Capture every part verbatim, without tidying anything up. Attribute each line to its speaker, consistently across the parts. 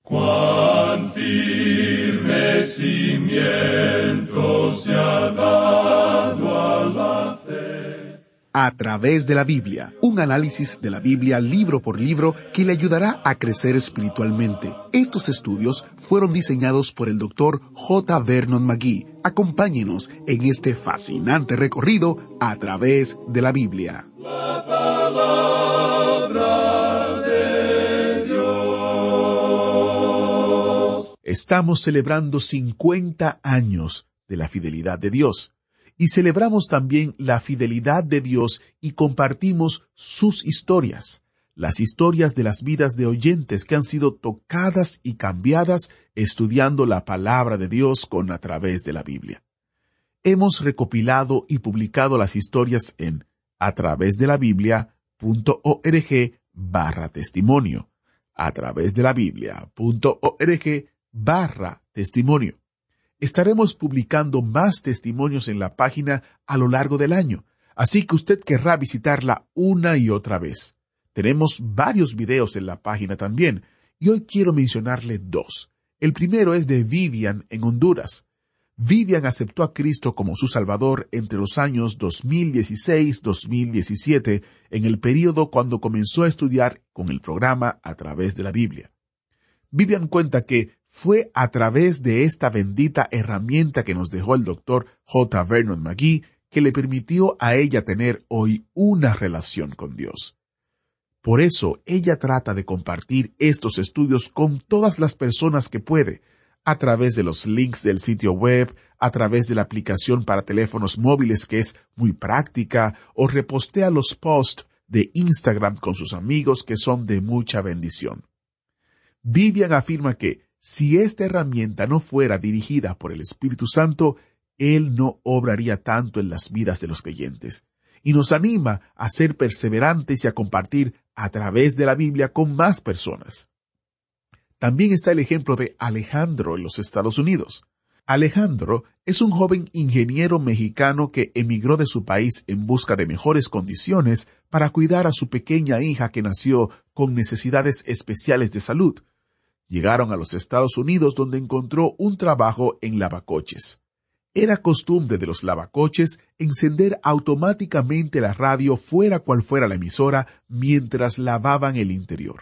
Speaker 1: Cuán firme cimiento se ha dado a la fe.
Speaker 2: A través de la Biblia, un análisis de la Biblia libro por libro que le ayudará a crecer espiritualmente. Estos estudios fueron diseñados por el doctor J. Vernon McGee. Acompáñenos en este fascinante recorrido a través de la Biblia.
Speaker 1: La palabra de Dios.
Speaker 3: Estamos celebrando cincuenta años de la fidelidad de Dios. Y celebramos también la fidelidad de Dios y compartimos sus historias, las historias de las vidas de oyentes que han sido tocadas y cambiadas estudiando la palabra de Dios con a través de la Biblia. Hemos recopilado y publicado las historias en a través de la Biblia punto org barra testimonio, a través de la Biblia punto org barra testimonio. Estaremos publicando más testimonios en la página a lo largo del año, así que usted querrá visitarla una y otra vez. Tenemos varios videos en la página también, y hoy quiero mencionarle dos. El primero es de Vivian en Honduras. Vivian aceptó a Cristo como su Salvador entre los años dos mil dieciséis a dos mil diecisiete, en el período cuando comenzó a estudiar con el programa A Través de la Biblia. Vivian cuenta que fue a través de esta bendita herramienta que nos dejó el doctor J. Vernon McGee que le permitió a ella tener hoy una relación con Dios. Por eso, ella trata de compartir estos estudios con todas las personas que puede, a través de los links del sitio web, a través de la aplicación para teléfonos móviles que es muy práctica, o repostea los posts de Instagram con sus amigos que son de mucha bendición. Vivian afirma que si esta herramienta no fuera dirigida por el Espíritu Santo, Él no obraría tanto en las vidas de los creyentes. Y nos anima a ser perseverantes y a compartir a través de la Biblia con más personas. También está el ejemplo de Alejandro en los Estados Unidos. Alejandro es un joven ingeniero mexicano que emigró de su país en busca de mejores condiciones para cuidar a su pequeña hija que nació con necesidades especiales de salud. Llegaron a los Estados Unidos donde encontró un trabajo en lavacoches. Era costumbre de los lavacoches encender automáticamente la radio fuera cual fuera la emisora mientras lavaban el interior.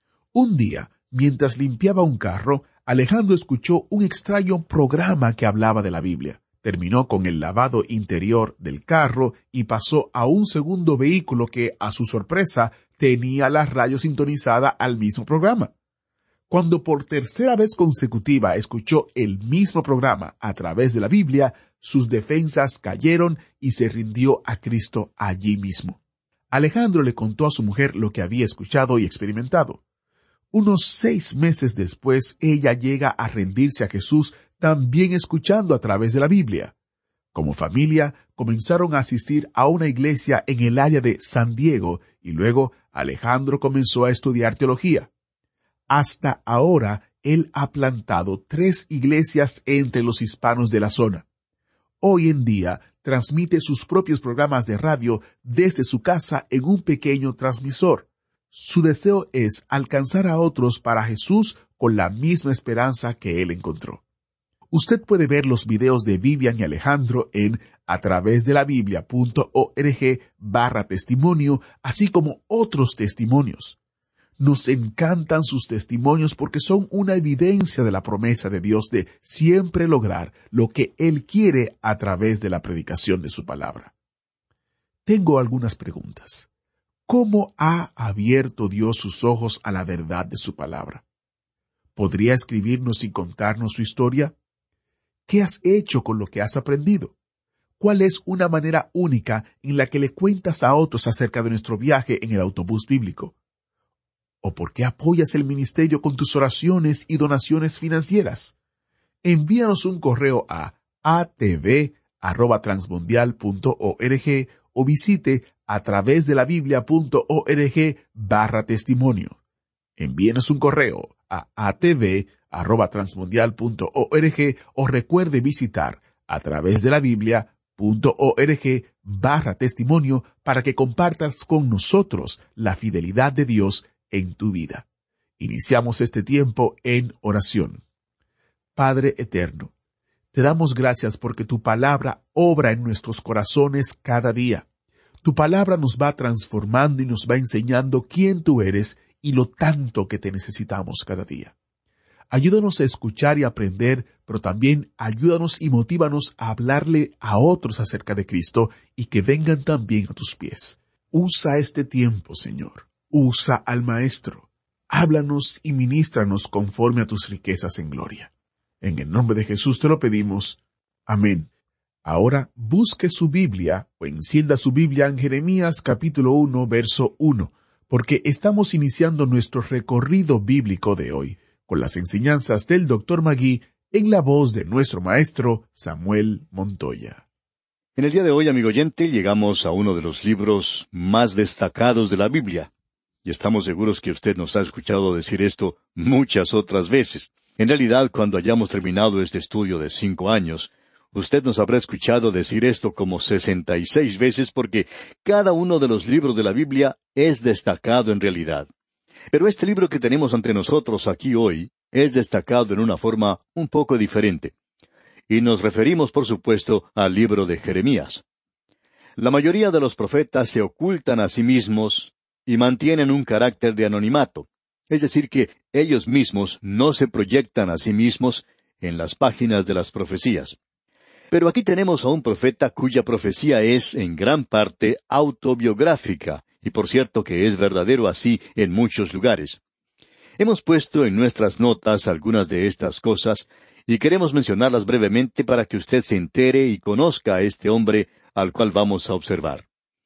Speaker 3: Un día, mientras limpiaba un carro, Alejandro escuchó un extraño programa que hablaba de la Biblia. Terminó con el lavado interior del carro y pasó a un segundo vehículo que, a su sorpresa, tenía la radio sintonizada al mismo programa. Cuando por tercera vez consecutiva escuchó el mismo programa a través de la Biblia, sus defensas cayeron y se rindió a Cristo allí mismo. Alejandro le contó a su mujer lo que había escuchado y experimentado. Unos seis meses después, ella llega a rendirse a Jesús también escuchando a través de la Biblia. Como familia, comenzaron a asistir a una iglesia en el área de San Diego y luego Alejandro comenzó a estudiar teología. Hasta ahora, él ha plantado tres iglesias entre los hispanos de la zona. Hoy en día, transmite sus propios programas de radio desde su casa en un pequeño transmisor. Su deseo es alcanzar a otros para Jesús con la misma esperanza que él encontró. Usted puede ver los videos de Vivian y Alejandro en a través de la Biblia punto org barra testimonio, así como otros testimonios. Nos encantan sus testimonios porque son una evidencia de la promesa de Dios de siempre lograr lo que Él quiere a través de la predicación de su palabra. Tengo algunas preguntas. ¿Cómo ha abierto Dios sus ojos a la verdad de su palabra? ¿Podría escribirnos y contarnos su historia? ¿Qué has hecho con lo que has aprendido? ¿Cuál es una manera única en la que le cuentas a otros acerca de nuestro viaje en el autobús bíblico? ¿O por qué apoyas el ministerio con tus oraciones y donaciones financieras? Envíanos un correo a a t v arroba transmundial punto org o visite a través de la biblia punto org barra testimonio. Envíenos un correo a atv arroba transmundial punto org o recuerde visitar a través de la biblia punto org barra testimonio para que compartas con nosotros la fidelidad de Dios en tu vida. Iniciamos este tiempo en oración. Padre eterno, te damos gracias porque tu palabra obra en nuestros corazones cada día. Tu palabra nos va transformando y nos va enseñando quién tú eres y lo tanto que te necesitamos cada día. Ayúdanos a escuchar y aprender, pero también ayúdanos y motívanos a hablarle a otros acerca de Cristo y que vengan también a tus pies. Usa este tiempo, Señor. Usa al Maestro. Háblanos y ministranos conforme a tus riquezas en gloria. En el nombre de Jesús te lo pedimos. Amén. Ahora busque su Biblia o encienda su Biblia en Jeremías capítulo uno, verso uno, porque estamos iniciando nuestro recorrido bíblico de hoy, con las enseñanzas del doctor Magui en la voz de nuestro maestro Samuel Montoya.
Speaker 4: En el día de hoy, amigo oyente, llegamos a uno de los libros más destacados de la Biblia. Y estamos seguros que usted nos ha escuchado decir esto muchas otras veces. En realidad, cuando hayamos terminado este estudio de cinco años, usted nos habrá escuchado decir esto como sesenta y seis veces porque cada uno de los libros de la Biblia es destacado en realidad. Pero este libro que tenemos ante nosotros aquí hoy es destacado en una forma un poco diferente. Y nos referimos, por supuesto, al libro de Jeremías. La mayoría de los profetas se ocultan a sí mismos y mantienen un carácter de anonimato. Es decir, que ellos mismos no se proyectan a sí mismos en las páginas de las profecías. Pero aquí tenemos a un profeta cuya profecía es, en gran parte, autobiográfica, y por cierto que es verdadero así en muchos lugares. Hemos puesto en nuestras notas algunas de estas cosas, y queremos mencionarlas brevemente para que usted se entere y conozca a este hombre al cual vamos a observar.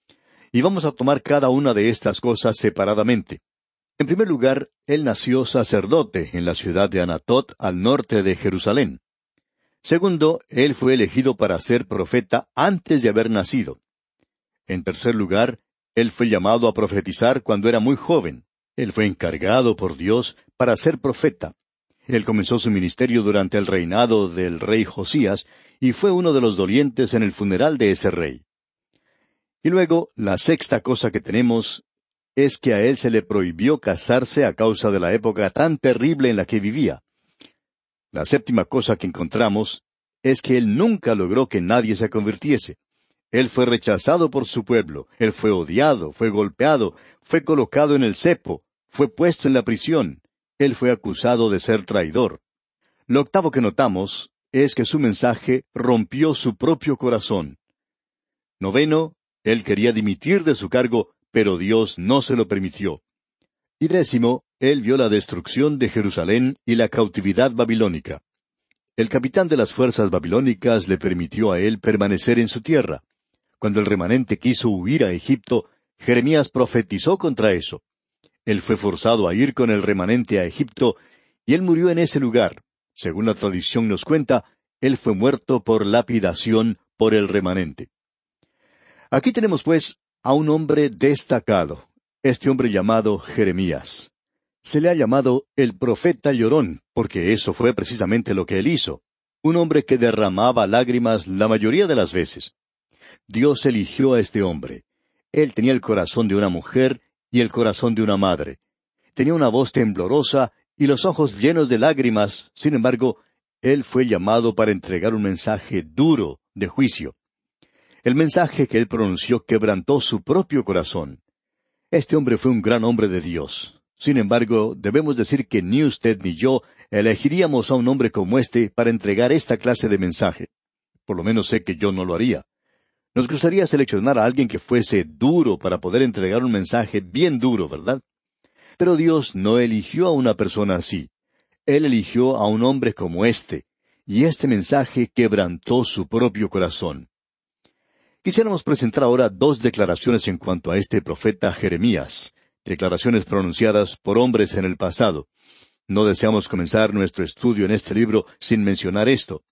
Speaker 4: Y vamos a tomar cada una de estas cosas separadamente. En primer lugar, él nació sacerdote en la ciudad de Anatot, al norte de Jerusalén. Segundo, él fue elegido para ser profeta antes de haber nacido. En tercer lugar, él fue llamado a profetizar cuando era muy joven. Él fue encargado por Dios para ser profeta. Él comenzó su ministerio durante el reinado del rey Josías y fue uno de los dolientes en el funeral de ese rey. Y luego, la sexta cosa que tenemos es que a él se le prohibió casarse a causa de la época tan terrible en la que vivía. La séptima cosa que encontramos es que él nunca logró que nadie se convirtiese. Él fue rechazado por su pueblo, él fue odiado, fue golpeado, fue colocado en el cepo, fue puesto en la prisión, él fue acusado de ser traidor. Lo octavo que notamos es que su mensaje rompió su propio corazón. Noveno, él quería dimitir de su cargo, pero Dios no se lo permitió. Y décimo, él vio la destrucción de Jerusalén y la cautividad babilónica. El capitán de las fuerzas babilónicas le permitió a él permanecer en su tierra. Cuando el remanente quiso huir a Egipto, Jeremías profetizó contra eso. Él fue forzado a ir con el remanente a Egipto, y él murió en ese lugar. Según la tradición nos cuenta, él fue muerto por lapidación por el remanente. Aquí tenemos, pues, a un hombre destacado, este hombre llamado Jeremías. Se le ha llamado el profeta llorón, porque eso fue precisamente lo que él hizo. Un hombre que derramaba lágrimas la mayoría de las veces. Dios eligió a este hombre. Él tenía el corazón de una mujer y el corazón de una madre. Tenía una voz temblorosa y los ojos llenos de lágrimas. Sin embargo, él fue llamado para entregar un mensaje duro de juicio. El mensaje que él pronunció quebrantó su propio corazón. Este hombre fue un gran hombre de Dios. Sin embargo, debemos decir que ni usted ni yo elegiríamos a un hombre como este para entregar esta clase de mensaje. Por lo menos sé que yo no lo haría. Nos gustaría seleccionar a alguien que fuese duro para poder entregar un mensaje bien duro, ¿verdad? Pero Dios no eligió a una persona así. Él eligió a un hombre como este, y este mensaje quebrantó su propio corazón. Quisiéramos presentar ahora dos declaraciones en cuanto a este profeta Jeremías, declaraciones pronunciadas por hombres en el pasado. No deseamos comenzar nuestro estudio en este libro sin mencionar esto.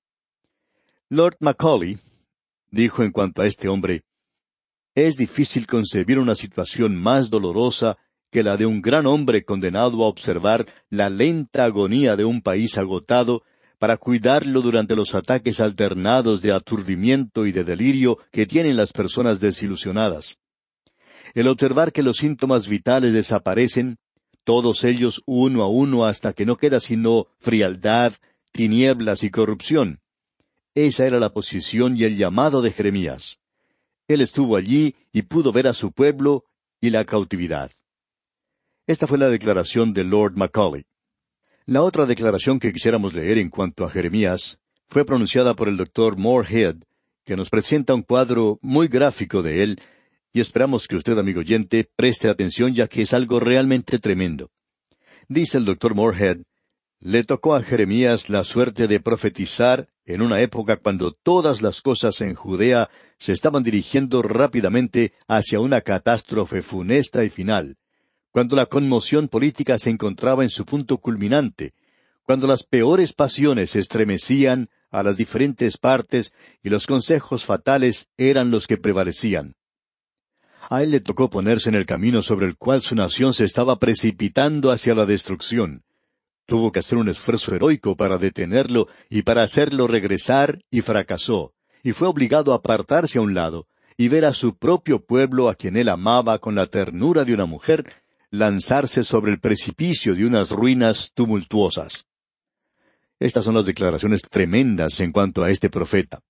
Speaker 4: Lord Macaulay dijo en cuanto a este hombre: «Es difícil concebir una situación más dolorosa que la de un gran hombre condenado a observar la lenta agonía de un país agotado para cuidarlo durante los ataques alternados de aturdimiento y de delirio que tienen las personas desilusionadas. El observar que los síntomas vitales desaparecen, todos ellos uno a uno hasta que no queda sino frialdad, tinieblas y corrupción. Esa era la posición y el llamado de Jeremías. Él estuvo allí y pudo ver a su pueblo y la cautividad. Esta fue la declaración de Lord Macaulay. La otra declaración que quisiéramos leer en cuanto a Jeremías fue pronunciada por el doctor Moorhead, que nos presenta un cuadro muy gráfico de él, y esperamos que usted, amigo oyente, preste atención ya que es algo realmente tremendo. Dice el doctor Moorhead, le tocó a Jeremías la suerte de profetizar en una época cuando todas las cosas en Judea se estaban dirigiendo rápidamente hacia una catástrofe funesta y final, cuando la conmoción política se encontraba en su punto culminante, cuando las peores pasiones se estremecían a las diferentes partes y los consejos fatales eran los que prevalecían. A él le tocó ponerse en el camino sobre el cual su nación se estaba precipitando hacia la destrucción. Tuvo que hacer un esfuerzo heroico para detenerlo y para hacerlo regresar, y fracasó, y fue obligado a apartarse a un lado, y ver a su propio pueblo, a quien él amaba con la ternura de una mujer, lanzarse sobre el precipicio de unas ruinas tumultuosas. Estas son las declaraciones tremendas en cuanto a este profeta.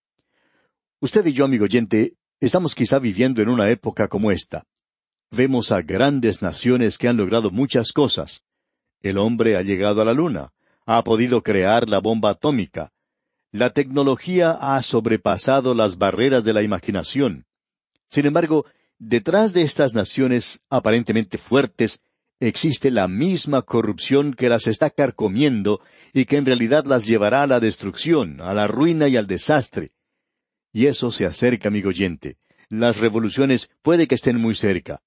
Speaker 4: Usted y yo, amigo oyente, estamos quizá viviendo en una época como esta. Vemos a grandes naciones que han logrado muchas cosas. El hombre ha llegado a la luna, ha podido crear la bomba atómica. La tecnología ha sobrepasado las barreras de la imaginación. Sin embargo, detrás de estas naciones aparentemente fuertes, existe la misma corrupción que las está carcomiendo y que en realidad las llevará a la destrucción, a la ruina y al desastre. Y eso se acerca, amigo oyente. Las revoluciones puede que estén muy cerca.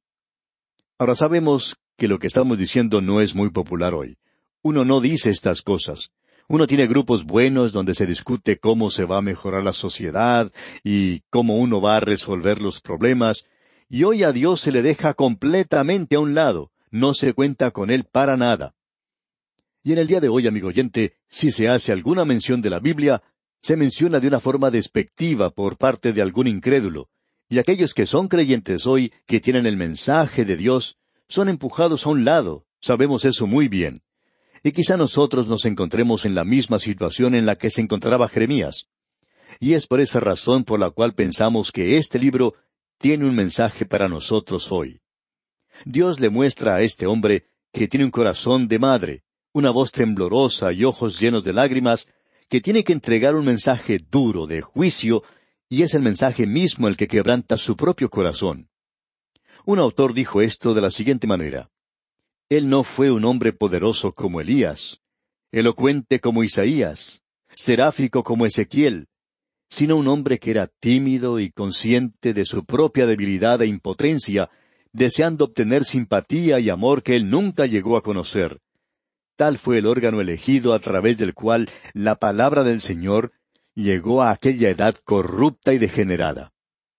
Speaker 4: Ahora sabemos que lo que estamos diciendo no es muy popular hoy. Uno no dice estas cosas. Uno tiene grupos buenos donde se discute cómo se va a mejorar la sociedad y cómo uno va a resolver los problemas, y hoy a Dios se le deja completamente a un lado. No se cuenta con Él para nada. Y en el día de hoy, amigo oyente, si se hace alguna mención de la Biblia, se menciona de una forma despectiva por parte de algún incrédulo, y aquellos que son creyentes hoy, que tienen el mensaje de Dios, son empujados a un lado. Sabemos eso muy bien. Y quizá nosotros nos encontremos en la misma situación en la que se encontraba Jeremías. Y es por esa razón por la cual pensamos que este libro tiene un mensaje para nosotros hoy. Dios le muestra a este hombre que tiene un corazón de madre, una voz temblorosa y ojos llenos de lágrimas, que tiene que entregar un mensaje duro de juicio, y es el mensaje mismo el que quebranta su propio corazón. Un autor dijo esto de la siguiente manera: Él no fue un hombre poderoso como Elías, elocuente como Isaías, seráfico como Ezequiel, sino un hombre que era tímido y consciente de su propia debilidad e impotencia, deseando obtener simpatía y amor que él nunca llegó a conocer. Tal fue el órgano elegido a través del cual la palabra del Señor llegó a aquella edad corrupta y degenerada.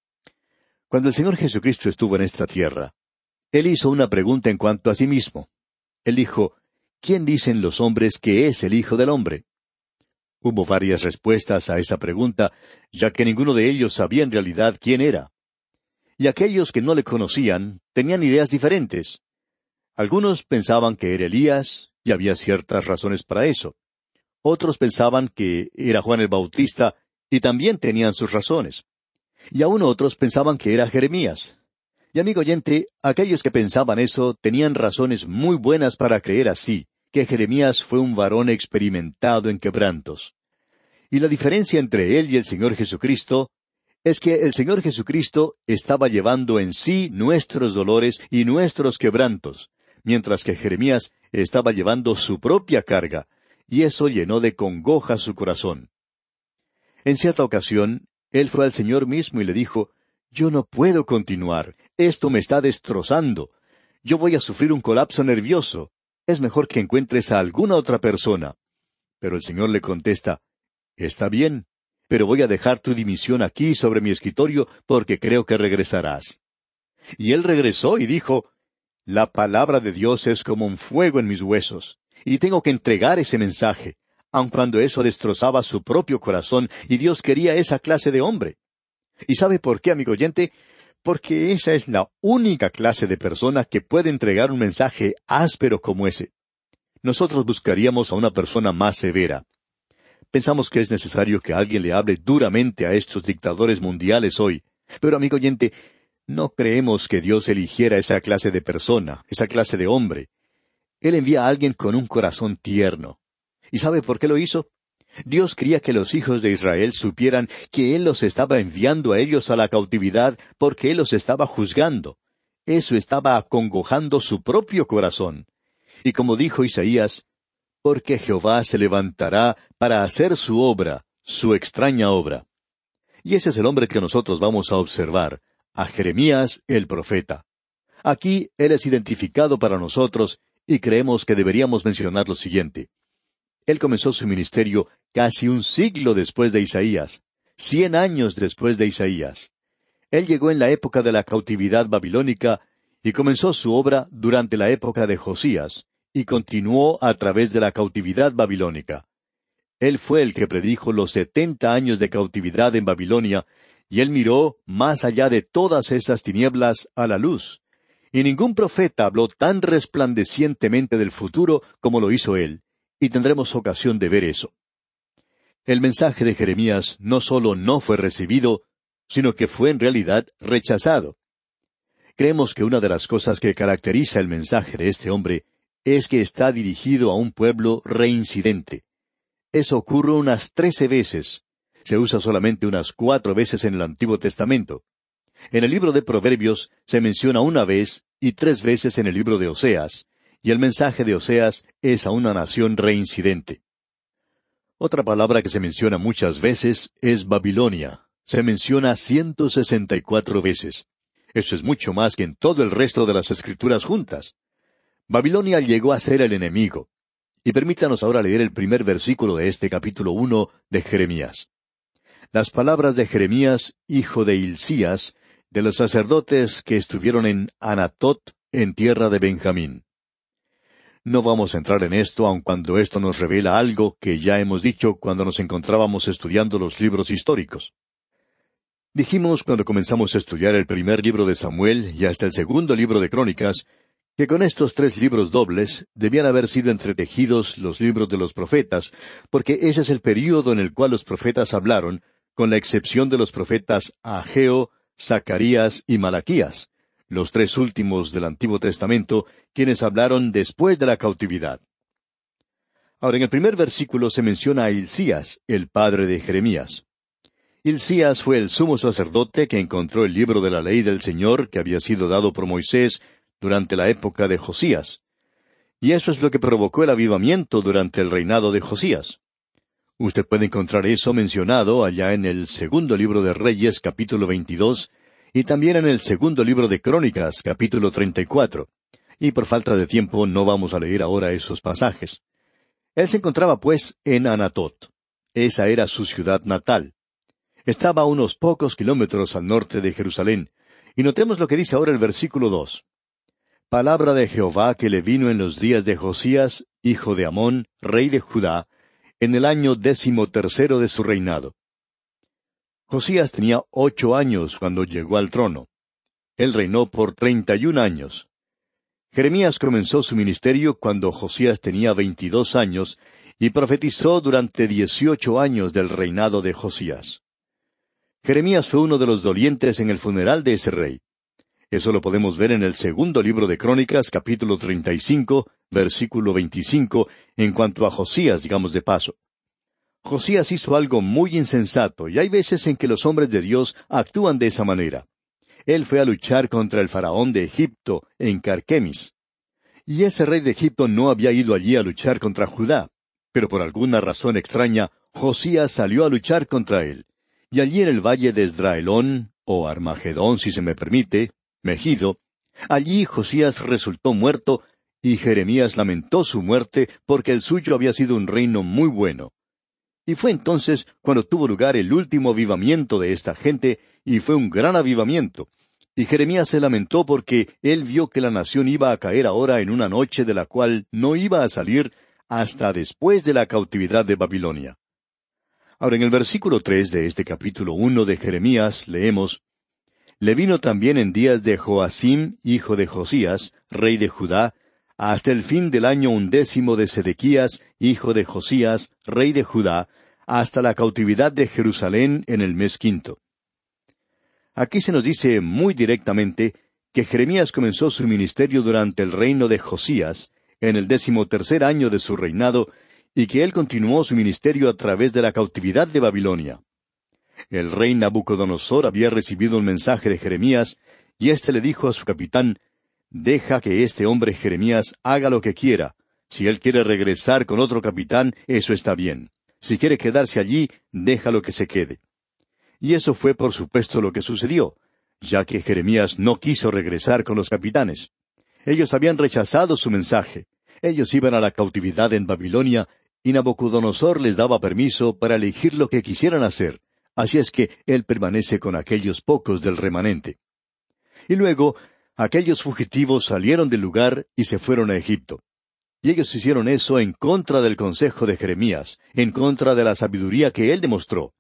Speaker 4: Cuando el Señor Jesucristo estuvo en esta tierra, Él hizo una pregunta en cuanto a sí mismo. Él dijo, ¿quién dicen los hombres que es el Hijo del Hombre? Hubo varias respuestas a esa pregunta, ya que ninguno de ellos sabía en realidad quién era. Y aquellos que no le conocían tenían ideas diferentes. Algunos pensaban que era Elías, y había ciertas razones para eso. Otros pensaban que era Juan el Bautista, y también tenían sus razones. Y aún otros pensaban que era Jeremías. Y amigo oyente, aquellos que pensaban eso tenían razones muy buenas para creer así, que Jeremías fue un varón experimentado en quebrantos. Y la diferencia entre él y el Señor Jesucristo es que el Señor Jesucristo estaba llevando en sí nuestros dolores y nuestros quebrantos, mientras que Jeremías estaba llevando su propia carga, y eso llenó de congoja su corazón. En cierta ocasión, él fue al Señor mismo y le dijo, «Yo no puedo continuar, esto me está destrozando. Yo voy a sufrir un colapso nervioso. Es mejor que encuentres a alguna otra persona». Pero el Señor le contesta, «Está bien, pero voy a dejar tu dimisión aquí sobre mi escritorio porque creo que regresarás». Y él regresó y dijo, «La palabra de Dios es como un fuego en mis huesos, y tengo que entregar ese mensaje, aun cuando eso destrozaba su propio corazón, y Dios quería esa clase de hombre». ¿Y sabe por qué, amigo oyente? porque esa es la única clase de persona que puede entregar un mensaje áspero como ese. Nosotros buscaríamos a una persona más severa. Pensamos que es necesario que alguien le hable duramente a estos dictadores mundiales hoy. Pero, amigo oyente, no creemos que Dios eligiera esa clase de persona, esa clase de hombre. Él envía a alguien con un corazón tierno. ¿Y sabe por qué lo hizo? Dios quería que los hijos de Israel supieran que Él los estaba enviando a ellos a la cautividad porque Él los estaba juzgando. Eso estaba acongojando su propio corazón. Y como dijo Isaías, porque Jehová se levantará para hacer su obra, su extraña obra. Y ese es el hombre que nosotros vamos a observar, a Jeremías el profeta. Aquí él es identificado para nosotros y creemos que deberíamos mencionar lo siguiente. Él comenzó su ministerio casi un siglo después de Isaías, cien años después de Isaías. Él llegó en la época de la cautividad babilónica y comenzó su obra durante la época de Josías, y continuó a través de la cautividad babilónica. Él fue el que predijo los setenta años de cautividad en Babilonia, y él miró más allá de todas esas tinieblas a la luz. Y ningún profeta habló tan resplandecientemente del futuro como lo hizo él, y tendremos ocasión de ver eso. El mensaje de Jeremías no solo no fue recibido, sino que fue en realidad rechazado. Creemos que una de las cosas que caracteriza el mensaje de este hombre es que está dirigido a un pueblo reincidente. Eso ocurre unas trece veces. Se usa solamente unas cuatro veces en el Antiguo Testamento. En el libro de Proverbios se menciona una vez y tres veces en el libro de Oseas, y el mensaje de Oseas es a una nación reincidente. Otra palabra que se menciona muchas veces es Babilonia. Se menciona ciento sesenta y cuatro veces. Eso es mucho más que en todo el resto de las Escrituras juntas. Babilonia llegó a ser el enemigo. Y permítanos ahora leer el primer versículo de este capítulo uno de Jeremías. Las palabras de Jeremías, hijo de Hilcías, de los sacerdotes que estuvieron en Anatot, en tierra de Benjamín. No vamos a entrar en esto, aun cuando esto nos revela algo que ya hemos dicho cuando nos encontrábamos estudiando los libros históricos. Dijimos cuando comenzamos a estudiar el primer libro de Samuel y hasta el segundo libro de Crónicas, que con estos tres libros dobles debían haber sido entretejidos los libros de los profetas, porque ese es el período en el cual los profetas hablaron, con la excepción de los profetas Ageo, Zacarías y Malaquías, los tres últimos del Antiguo Testamento, quienes hablaron después de la cautividad. Ahora, en el primer versículo se menciona a Hilcías, el padre de Jeremías. Hilcías fue el sumo sacerdote que encontró el libro de la ley del Señor que había sido dado por Moisés durante la época de Josías. Y eso es lo que provocó el avivamiento durante el reinado de Josías. Usted puede encontrar eso mencionado allá en el segundo libro de Reyes, capítulo veintidós, y también en el segundo libro de Crónicas, capítulo treinta y cuatro. Y por falta de tiempo no vamos a leer ahora esos pasajes. Él se encontraba, pues, en Anatot. Esa era su ciudad natal. Estaba a unos pocos kilómetros al norte de Jerusalén. Y notemos lo que dice ahora el versículo dos. Palabra de Jehová que le vino en los días de Josías, hijo de Amón, rey de Judá, en el año décimo tercero de su reinado. Josías tenía ocho años cuando llegó al trono. Él reinó por treinta y un años. Jeremías comenzó su ministerio cuando Josías tenía veintidós años y profetizó durante dieciocho años del reinado de Josías. Jeremías fue uno de los dolientes en el funeral de ese rey. Eso lo podemos ver en el segundo libro de Crónicas, capítulo treinta y cinco, versículo veinticinco, en cuanto a Josías, digamos de paso. Josías hizo algo muy insensato, y hay veces en que los hombres de Dios actúan de esa manera. Él fue a luchar contra el faraón de Egipto, en Carquemis. Y ese rey de Egipto no había ido allí a luchar contra Judá, pero por alguna razón extraña, Josías salió a luchar contra él. Y allí en el valle de Esdraelón, o Armagedón, si se me permite, Megido, allí Josías resultó muerto, y Jeremías lamentó su muerte porque el suyo había sido un reino muy bueno. Y fue entonces cuando tuvo lugar el último avivamiento de esta gente, y fue un gran avivamiento. Y Jeremías se lamentó porque él vio que la nación iba a caer ahora en una noche de la cual no iba a salir hasta después de la cautividad de Babilonia. Ahora, en el versículo tres de este capítulo uno de Jeremías leemos, Le vino también en días de Joacim, hijo de Josías, rey de Judá, hasta el fin del año undécimo de Sedequías, hijo de Josías, rey de Judá, hasta la cautividad de Jerusalén en el mes quinto. Aquí se nos dice muy directamente que Jeremías comenzó su ministerio durante el reino de Josías, en el décimo tercer año de su reinado, y que él continuó su ministerio a través de la cautividad de Babilonia. El rey Nabucodonosor había recibido un mensaje de Jeremías, y éste le dijo a su capitán, «Deja que este hombre Jeremías haga lo que quiera. Si él quiere regresar con otro capitán, eso está bien. Si quiere quedarse allí, déjalo que se quede». Y eso fue por supuesto lo que sucedió, ya que Jeremías no quiso regresar con los capitanes. Ellos habían rechazado su mensaje. Ellos iban a la cautividad en Babilonia, y Nabucodonosor les daba permiso para elegir lo que quisieran hacer. Así es que él permanece con aquellos pocos del remanente. Y luego, aquellos fugitivos salieron del lugar y se fueron a Egipto. Y ellos hicieron eso en contra del consejo de Jeremías, en contra de la sabiduría que él demostró.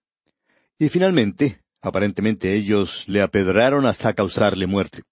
Speaker 4: Y finalmente, aparentemente ellos le apedraron hasta causarle muerte.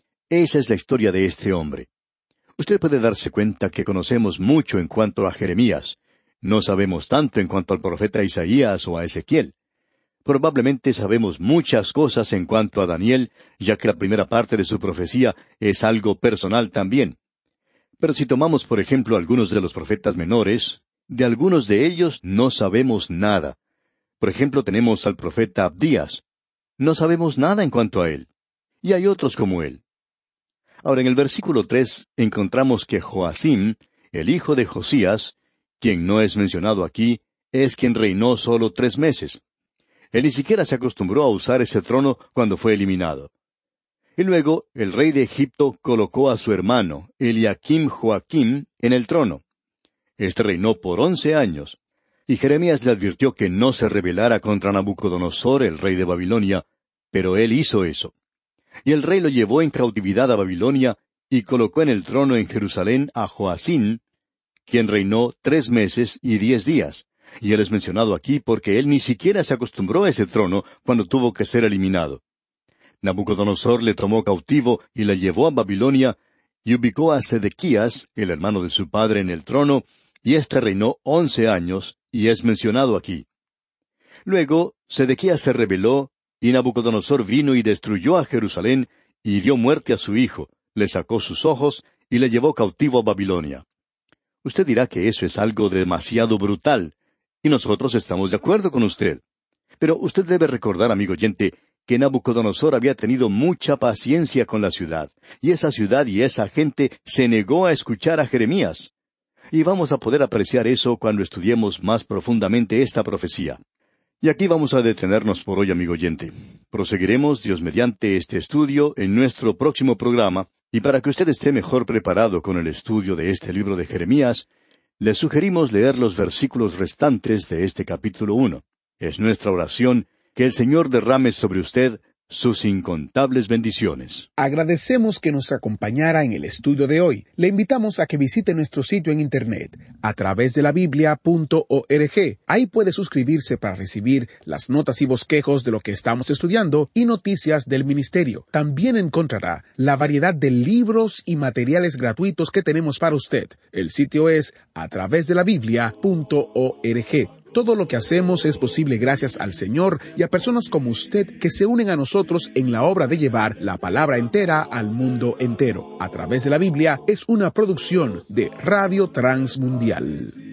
Speaker 4: Esa es la historia de este hombre. Usted puede darse cuenta que conocemos mucho en cuanto a Jeremías. No sabemos tanto en cuanto al profeta Isaías o a Ezequiel. Probablemente sabemos muchas cosas en cuanto a Daniel, ya que la primera parte de su profecía es algo personal también. Pero si tomamos, por ejemplo, algunos de los profetas menores, de algunos de ellos no sabemos nada. Por ejemplo, tenemos al profeta Abdías. No sabemos nada en cuanto a él. Y hay otros como él. Ahora, en el versículo tres encontramos que Joacim, el hijo de Josías, quien no es mencionado aquí, es quien reinó solo tres meses. Él ni siquiera se acostumbró a usar ese trono cuando fue eliminado. Y luego, el rey de Egipto colocó a su hermano, Eliakim Joaquim, en el trono. Este reinó por once años. Y Jeremías le advirtió que no se rebelara contra Nabucodonosor, el rey de Babilonia, pero él hizo eso. Y el rey lo llevó en cautividad a Babilonia, y colocó en el trono en Jerusalén a Joacim, quien reinó tres meses y diez días. Y él es mencionado aquí porque él ni siquiera se acostumbró a ese trono cuando tuvo que ser eliminado. Nabucodonosor le tomó cautivo y le llevó a Babilonia, y ubicó a Sedequías, el hermano de su padre, en el trono, y éste reinó once años, y es mencionado aquí. Luego, Sedequías se rebeló, y Nabucodonosor vino y destruyó a Jerusalén, y dio muerte a su hijo, le sacó sus ojos, y le llevó cautivo a Babilonia. Usted dirá que eso es algo demasiado brutal, y nosotros estamos de acuerdo con usted. Pero usted debe recordar, amigo oyente, que Nabucodonosor había tenido mucha paciencia con la ciudad, y esa ciudad y esa gente se negó a escuchar a Jeremías. Y vamos a poder apreciar eso cuando estudiemos más profundamente esta profecía. Y aquí vamos a detenernos por hoy, amigo oyente. Proseguiremos, Dios mediante, este estudio en nuestro próximo programa, y para que usted esté mejor preparado con el estudio de este libro de Jeremías, le sugerimos leer los versículos restantes de este capítulo uno. Es nuestra oración que el Señor derrame sobre usted sus incontables bendiciones.
Speaker 2: Agradecemos que nos acompañara en el estudio de hoy. Le invitamos a que visite nuestro sitio en internet, a través de la biblia punto org. Ahí puede suscribirse para recibir las notas y bosquejos de lo que estamos estudiando y noticias del ministerio. También encontrará la variedad de libros y materiales gratuitos que tenemos para usted. El sitio es a través de la biblia punto org. Todo lo que hacemos es posible gracias al Señor y a personas como usted que se unen a nosotros en la obra de llevar la palabra entera al mundo entero. A través de la Biblia es una producción de Radio Transmundial.